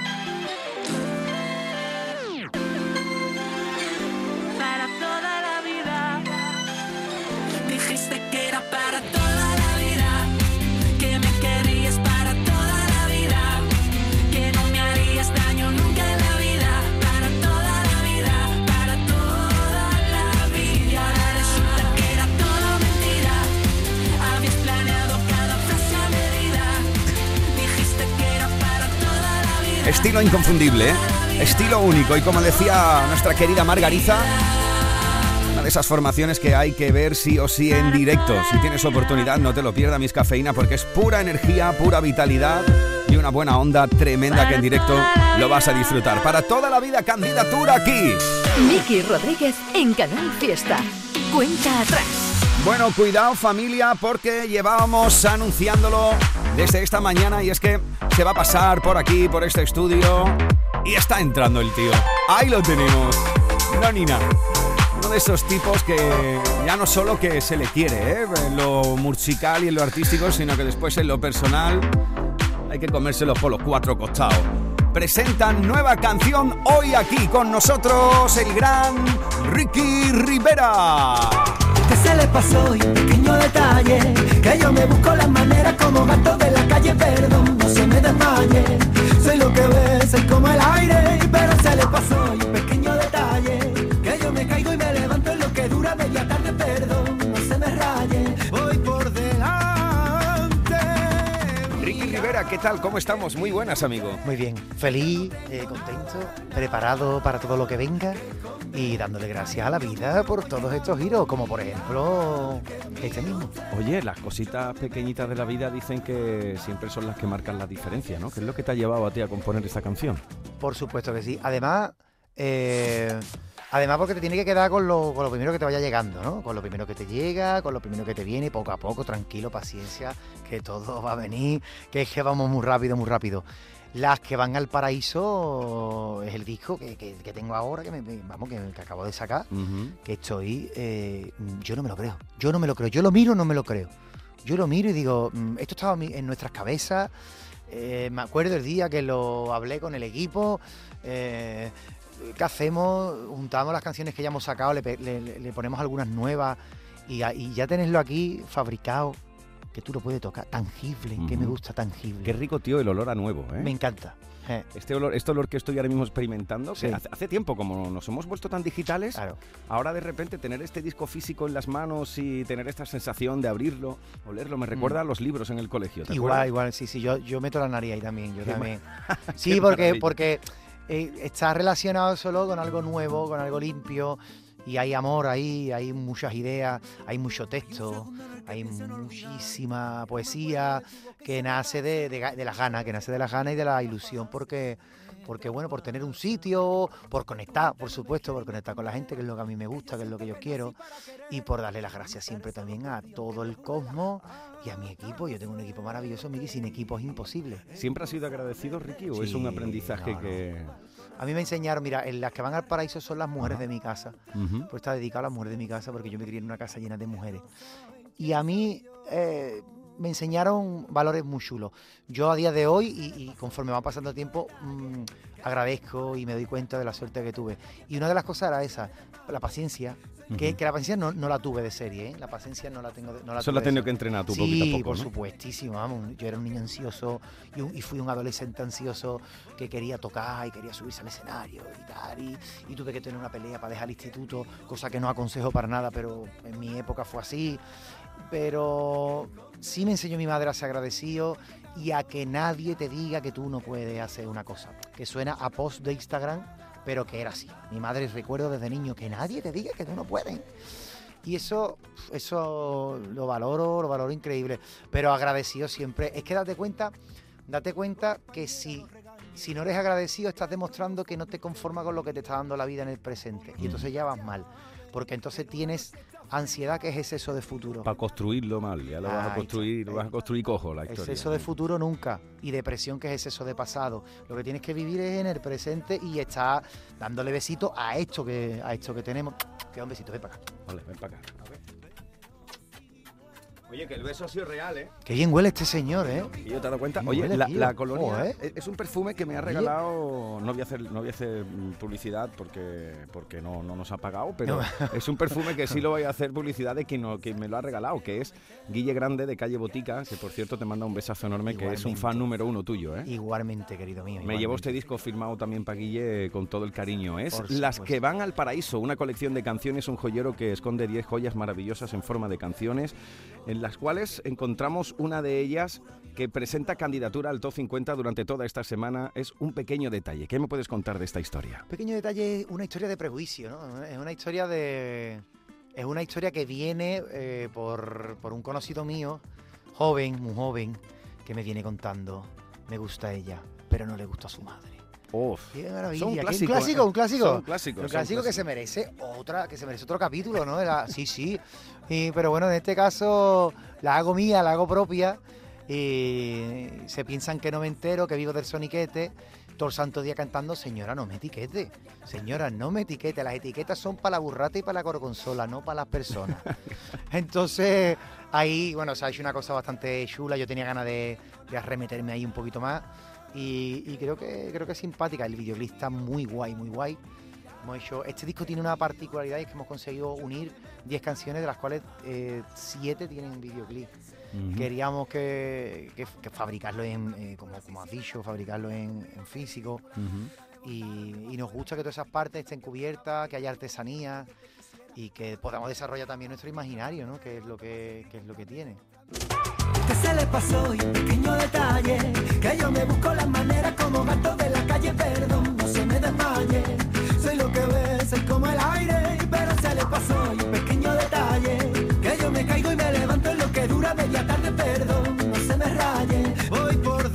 para toda la vida. Dijiste que era para toda la vida, que me querías para toda la vida, que no me harías daño nunca en la vida, para toda la vida, para toda la vida. Y ahora resulta que era todo mentira, habías planeado cada frase a medida. Dijiste que era para toda la vida. Estilo inconfundible, ¿eh? Estilo único. Y como decía nuestra querida Margariza, una de esas formaciones que hay que ver sí o sí en directo. Si tienes oportunidad, no te lo pierdas, Miss Cafeína, porque es pura energía, pura vitalidad. y una buena onda tremenda que en directo lo vas a disfrutar. Para toda la vida, candidatura aquí. Miki Rodríguez en Canal Fiesta. Cuenta atrás. Bueno, cuidado familia, porque llevábamos anunciándolo desde esta mañana y es que se va a pasar por aquí, por este estudio y está entrando el tío. Ahí lo tenemos. No, Nina. Uno de esos tipos que ya no solo que se le quiere, ¿eh? En lo musical y en lo artístico, sino que después en lo personal hay que comérselo por los cuatro costados. Presentan nueva canción hoy aquí con nosotros el gran Ricky Rivera. ¿Qué se le pasó? Y un pequeño detalle, que yo me busco las maneras como gato de la calle, perdón, no se me desmaye. Soy lo que ves, soy como el aire, pero se le pasó. Y un pequeño detalle, que yo me caigo y me levanto en lo que dura media tarde, perdón, no se me raye. Voy por delante. Ricky Rivera, ¿qué tal? ¿Cómo estamos? Muy buenas, amigo. Muy bien, feliz, eh, contento, preparado para todo lo que venga y dándole gracias a la vida por todos estos giros, como por ejemplo este mismo. Oye, las cositas pequeñitas de la vida dicen que siempre son las que marcan la diferencia, ¿no? ¿Qué es lo que te ha llevado a ti a componer esta canción? Por supuesto que sí. Además, eh, además porque te tiene que quedar con lo, con lo primero que te vaya llegando, ¿no? Con lo primero que te llega, con lo primero que te viene, poco a poco, tranquilo, paciencia, que todo va a venir, que es que vamos muy rápido, muy rápido. Las que van al paraíso es el disco que, que, que tengo ahora, que me, vamos, que, que acabo de sacar, uh-huh. que estoy, eh, yo no me lo creo, yo no me lo creo, yo lo miro, no me lo creo. Yo lo miro y digo, esto estaba en nuestras cabezas, eh, me acuerdo el día que lo hablé con el equipo, eh, ¿qué hacemos? Juntamos las canciones que ya hemos sacado, le, le, le ponemos algunas nuevas y, y ya tenerlo aquí fabricado, que tú lo puedes tocar, tangible, uh-huh. que me gusta tangible. Qué rico, tío, el olor a nuevo, ¿eh? Me encanta. Eh. Este olor, este olor que estoy ahora mismo experimentando, sí. que hace, hace tiempo, como nos hemos vuelto tan digitales, claro. ahora de repente tener este disco físico en las manos y tener esta sensación de abrirlo, olerlo, me recuerda mm. a los libros en el colegio. ¿Te igual, acuerdas? igual, sí, sí, yo, yo meto la nariz ahí también, yo también. Sí, porque, porque eh, está relacionado solo con algo nuevo, con algo limpio. Y hay amor ahí, hay muchas ideas, hay mucho texto, hay muchísima poesía que nace de, de, de las ganas, que nace de las ganas y de la ilusión, porque, porque bueno, por tener un sitio, por conectar, por supuesto, por conectar con la gente, que es lo que a mí me gusta, que es lo que yo quiero, y por darle las gracias siempre también a todo el cosmos y a mi equipo. Yo tengo un equipo maravilloso, Miki, sin equipo es imposible. ¿Siempre has sido agradecido, Ricky, o sí, es un aprendizaje no, que...? No. A mí me enseñaron, mira, en las que van al paraíso son las mujeres de mi casa. Uh-huh. Pues está dedicado a las mujeres de mi casa porque yo me crié en una casa llena de mujeres. Y a mí eh, me enseñaron valores muy chulos. Yo a día de hoy, y, y conforme va pasando el tiempo, mmm, agradezco y me doy cuenta de la suerte que tuve. Y una de las cosas era esa, la paciencia. Que, uh-huh. que la paciencia no, no la tuve de serie, ¿eh? La paciencia no la tengo de, no la Eso tuve la has tenido que entrenar tú sí, poquito a poco, Sí, por ¿no? supuestísimo, vamos. Yo era un niño ansioso y, un, y fui un adolescente ansioso que quería tocar y quería subirse al escenario y tal. Y, y tuve que tener una pelea para dejar el instituto, cosa que no aconsejo para nada, pero en mi época fue así. Pero sí me enseñó mi madre a ser agradecido y a que nadie te diga que tú no puedes hacer una cosa. Que suena a post de Instagram, pero que era así. Mi madre, recuerdo desde niño, que nadie te diga que tú no puedes. Y eso, eso lo valoro, lo valoro increíble. Pero agradecido siempre. Es que date cuenta, date cuenta que si, si no eres agradecido, estás demostrando que no te conformas con lo que te está dando la vida en el presente. Y entonces ya vas mal. Porque entonces tienes ansiedad, que es exceso de futuro. Para construirlo mal, ya lo vas a construir, lo vas a construir cojo la historia. Exceso de futuro nunca. Y depresión, que es exceso de pasado. Lo que tienes que vivir es en el presente y estar dándole besitos a esto que, a esto que tenemos. Que un besito, ven para acá. Vale, ven para acá. Oye, que el beso ha sido real, ¿eh? Qué bien huele este señor, ¿eh? ¿Y yo te he dado cuenta? Oye, la, la colonia oh, ¿eh? es un perfume que me ha regalado... No voy a hacer, no voy a hacer publicidad porque, porque no, no nos ha pagado, pero no. Es un perfume que sí lo voy a hacer publicidad de quien, no, quien me lo ha regalado, que es Guille Grande, de Calle Botica, que por cierto te manda un besazo enorme, igualmente, que es un fan número uno tuyo, ¿eh? Igualmente, querido mío. Igualmente. Me llevo este disco firmado también para Guille con todo el cariño. Es Las que van al paraíso, una colección de canciones, un joyero que esconde diez joyas maravillosas en forma de canciones, en las cuales encontramos una de ellas que presenta candidatura al top cincuenta durante toda esta semana. Es un pequeño detalle. ¿Qué me puedes contar de esta historia? Pequeño detalle, una historia de prejuicio, ¿no? Es una historia de... Es una historia que viene eh, por, por un conocido mío, joven, muy joven, que me viene contando me gusta ella, pero no le gusta a su madre. Uf, qué maravilla, son qué clásicos, clásico, eh. un clásico, Son clásicos, un son clásico que clásicos. se merece otra, que se merece otro capítulo, ¿no? De la- sí, sí. Y, pero bueno, en este caso la hago mía, la hago propia. Y se piensan que no me entero, que vivo del soniquete. Todo el santo día cantando, señora, no me etiquete. Señora, no me etiquete. Las etiquetas son para la burrata y para la corconsola, no para las personas. Entonces, ahí, bueno, se ha hecho una cosa bastante chula. Yo tenía ganas de, de arremeterme ahí un poquito más. Y, y creo que creo que es simpática. El videoclip está muy guay, muy guay. Hemos hecho, este disco tiene una particularidad, y es que hemos conseguido unir diez canciones, de las cuales siete tienen videoclip. Ujú. Queríamos que, que- que fabricarlo en, eh, como, como has dicho, fabricarlo en, en físico. Ujú. Y, y nos gusta que todas esas partes estén cubiertas, que haya artesanía y que podamos desarrollar también nuestro imaginario, ¿no? Que es lo que, que es lo que tiene. Que se le pasó y un pequeño detalle, que yo me busco las maneras como gato de la calle, perdón, no se me desmaye. Soy lo que ves, soy como el aire, pero se le pasó y un pequeño detalle, que yo me caigo y me levanto en lo que dura media tarde, perdón, no se me raye. Voy por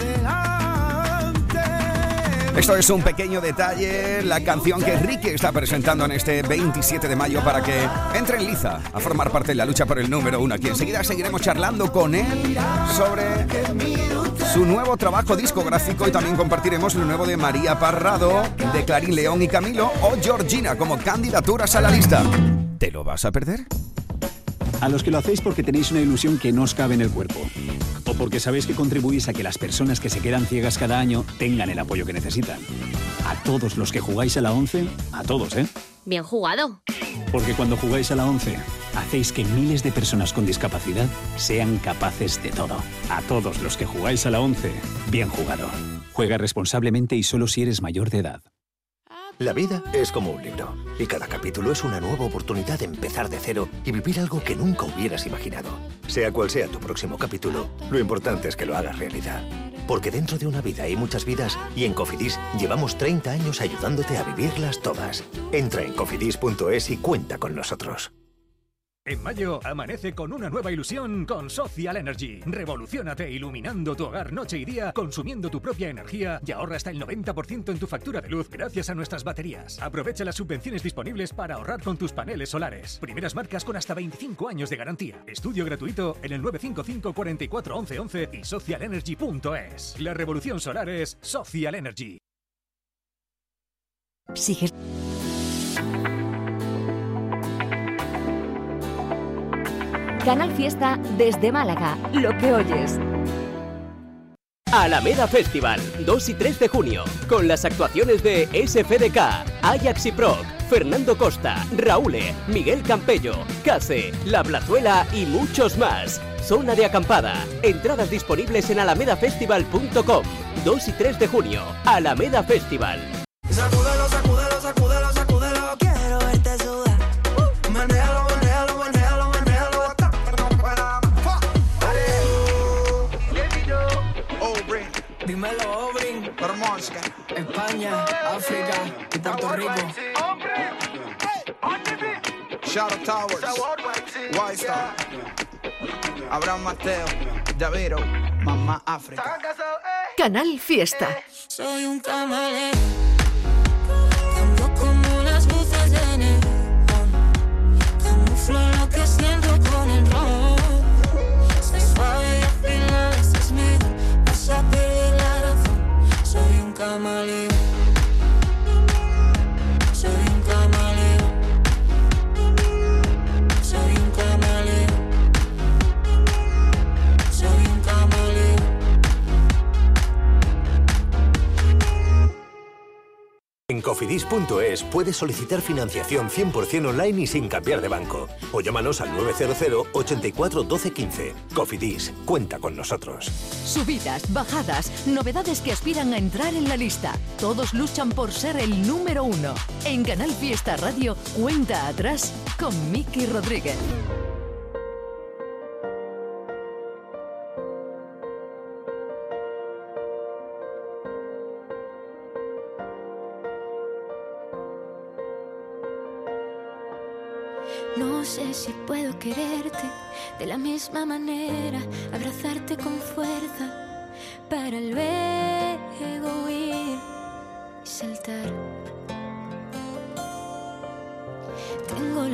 delante. Esto es un pequeño detalle, la canción que Ricky está presentando en este veintisiete de mayo para que entre en liza a formar parte de la lucha por el número uno. Aquí enseguida seguiremos charlando con él sobre su nuevo trabajo discográfico y también compartiremos lo nuevo de María Parrado, de Clarín León y Camilo o Georgina como candidaturas a la lista. ¿Te lo vas a perder? A los que lo hacéis porque tenéis una ilusión que no os cabe en el cuerpo. O porque sabéis que contribuís a que las personas que se quedan ciegas cada año tengan el apoyo que necesitan. A todos los que jugáis a la once, a todos, ¿eh? Bien jugado. Porque cuando jugáis a la once, hacéis que miles de personas con discapacidad sean capaces de todo. A todos los que jugáis a la once, bien jugado. Juega responsablemente y solo si eres mayor de edad. La vida es como un libro, y cada capítulo es una nueva oportunidad de empezar de cero y vivir algo que nunca hubieras imaginado. Sea cual sea tu próximo capítulo, lo importante es que lo hagas realidad. Porque dentro de una vida hay muchas vidas, y en Cofidis llevamos treinta años ayudándote a vivirlas todas. Entra en cofidis punto es y cuenta con nosotros. En mayo, amanece con una nueva ilusión con Social Energy. Revoluciónate iluminando tu hogar noche y día, consumiendo tu propia energía y ahorra hasta el noventa por ciento en tu factura de luz gracias a nuestras baterías. Aprovecha las subvenciones disponibles para ahorrar con tus paneles solares. Primeras marcas con hasta veinticinco años de garantía. Estudio gratuito en el nueve cinco cinco, cuatro cuatro, once, once y social energy punto es. La revolución solar es Social Energy. Sigue. Canal Fiesta desde Málaga, lo que oyes. Alameda Festival, dos y tres de junio, con las actuaciones de S F D K, Ajax y Proc, Fernando Costa, Raúle, Miguel Campello, Case, La Plazuela y muchos más. Zona de acampada. Entradas disponibles en alameda festival punto com. dos y tres de junio, Alameda Festival. Sacúdelo, sacúdelo, sacúdelo, sacúdelo. Quiero verte sudar. Uh, manéjalo, manéjalo, manéjalo, manéjalo. Hasta que no pueda más. Dale. Dímelo, Obrin. Bermonska. España, África y Puerto Rico. Shadow Towers. White Star. Abraham Mateo. Daviro. Mamá África. Canal Fiesta. Soy un camaleón, cambio como las luces de neón, camuflo lo que siento con el ron. Soy suave y al final ese es mi don, vas a perder la razón. Soy un camaleón, soy un camaleón, soy un camaleón, soy un camaleón. En cofidis punto es puedes solicitar financiación cien por ciento online y sin cambiar de banco. O llámanos al nueve cero cero, ochenta y cuatro, doce, quince. Cofidis, cuenta con nosotros. Subidas, bajadas, novedades que aspiran a entrar en la lista. Todos luchan por ser el número uno. En Canal Fiesta Radio, cuenta atrás con Miki Rodríguez. No sé si puedo quererte de la misma manera, abrazarte con fuerza para el ver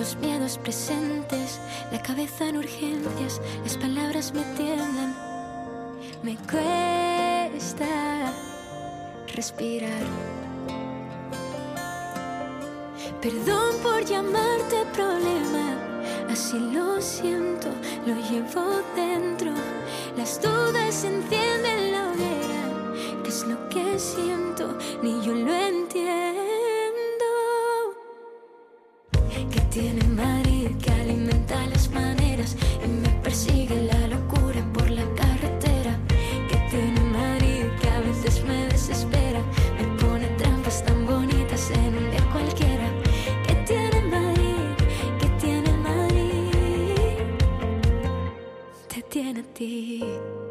los miedos presentes, la cabeza en urgencias, las palabras me tiemblan. Me cuesta respirar. Perdón por llamarte problema, así lo siento, lo llevo dentro. Las dudas encienden la hoguera, ¿qué es lo que siento? Ni yo lo entiendo. ¿Qué tiene Madrid que alimenta las maneras y me persigue la locura por la carretera? ¿Qué tiene Madrid que a veces me desespera, me pone trampas tan bonitas en un día cualquiera? ¿Qué tiene Madrid? ¿Qué tiene Madrid? Te tiene a ti.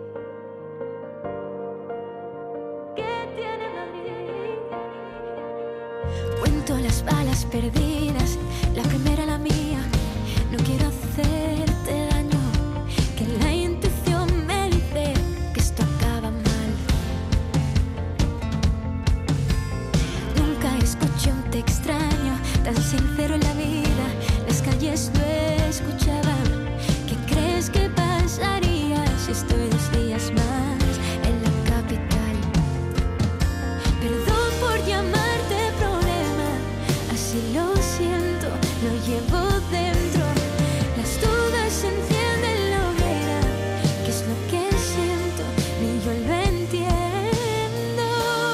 Cuento las balas perdidas, la primera la mía. No quiero hacerte daño, que la intuición me dice que esto acaba mal. Nunca escuché un te extraño tan sincero en la vida. Las calles lo escuchaban. ¿Qué crees que pasaría si estoy dos días más en la capital? Perdón por llamarte problema, así lo siento, lo llevo dentro. Las dudas encienden la hoguera, ¿qué es lo que siento? Ni yo lo entiendo.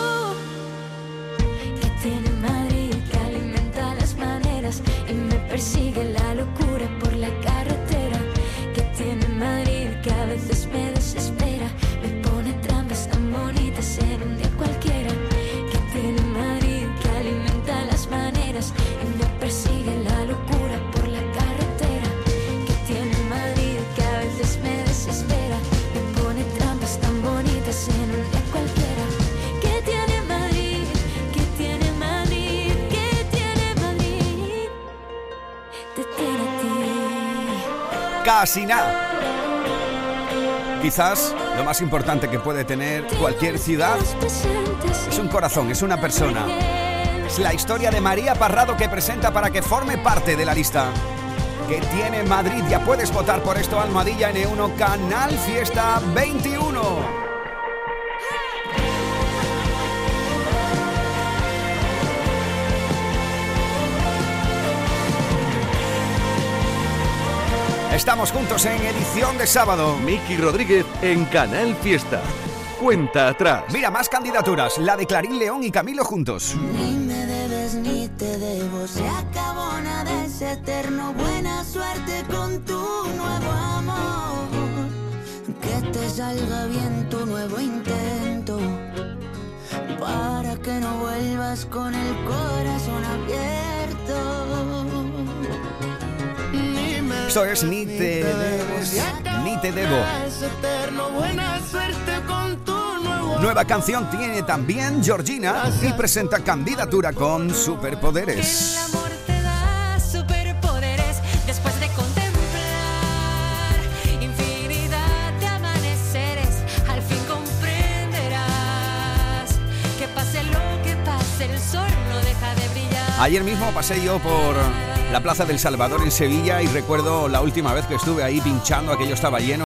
¿Qué tiene Madrid que alimenta las maneras y me persigue la locura por la carretera? ¿Qué tiene Madrid que a veces me desespera, me pone trampas tan bonitas en un día cualquiera? ¿Qué tiene Madrid que alimenta las maneras y me persigue la locura por la carretera? ¿Qué tiene Madrid que a veces me desespera, me pone trampas tan bonitas en un día cualquiera? ¿Qué tiene Madrid? ¿Qué tiene Madrid? ¿Qué tiene Madrid? Te tiene a ti. Casi nada. Quizás lo más importante que puede tener cualquier ciudad es un corazón, es una persona. Es la historia de María Parrado que presenta para que forme parte de la lista. ¿Qué tiene Madrid? Ya puedes votar por esto, Almohadilla N uno, Canal Fiesta veintiuno. Estamos juntos en edición de sábado. Miki Rodríguez en Canal Fiesta. Cuenta atrás. Mira, más candidaturas. La de Clarín León y Camilo juntos. Ni me debes ni te debo. Se acabó, nada es eterno. Buena suerte con tu nuevo amor. Que te salga bien tu nuevo intento. Para que no vuelvas con el corazón abierto. Eso es Ni te debes, ni te debo. Nueva canción tiene también Georgina y presenta candidatura con Superpoderes. El amor te da superpoderes después de contemplar infinidad de amaneceres. Al fin comprenderás que pase lo que pase, el sol no deja de brillar. Ayer mismo pasé yo por la Plaza del Salvador en Sevilla y recuerdo la última vez que estuve ahí pinchando, aquello estaba lleno.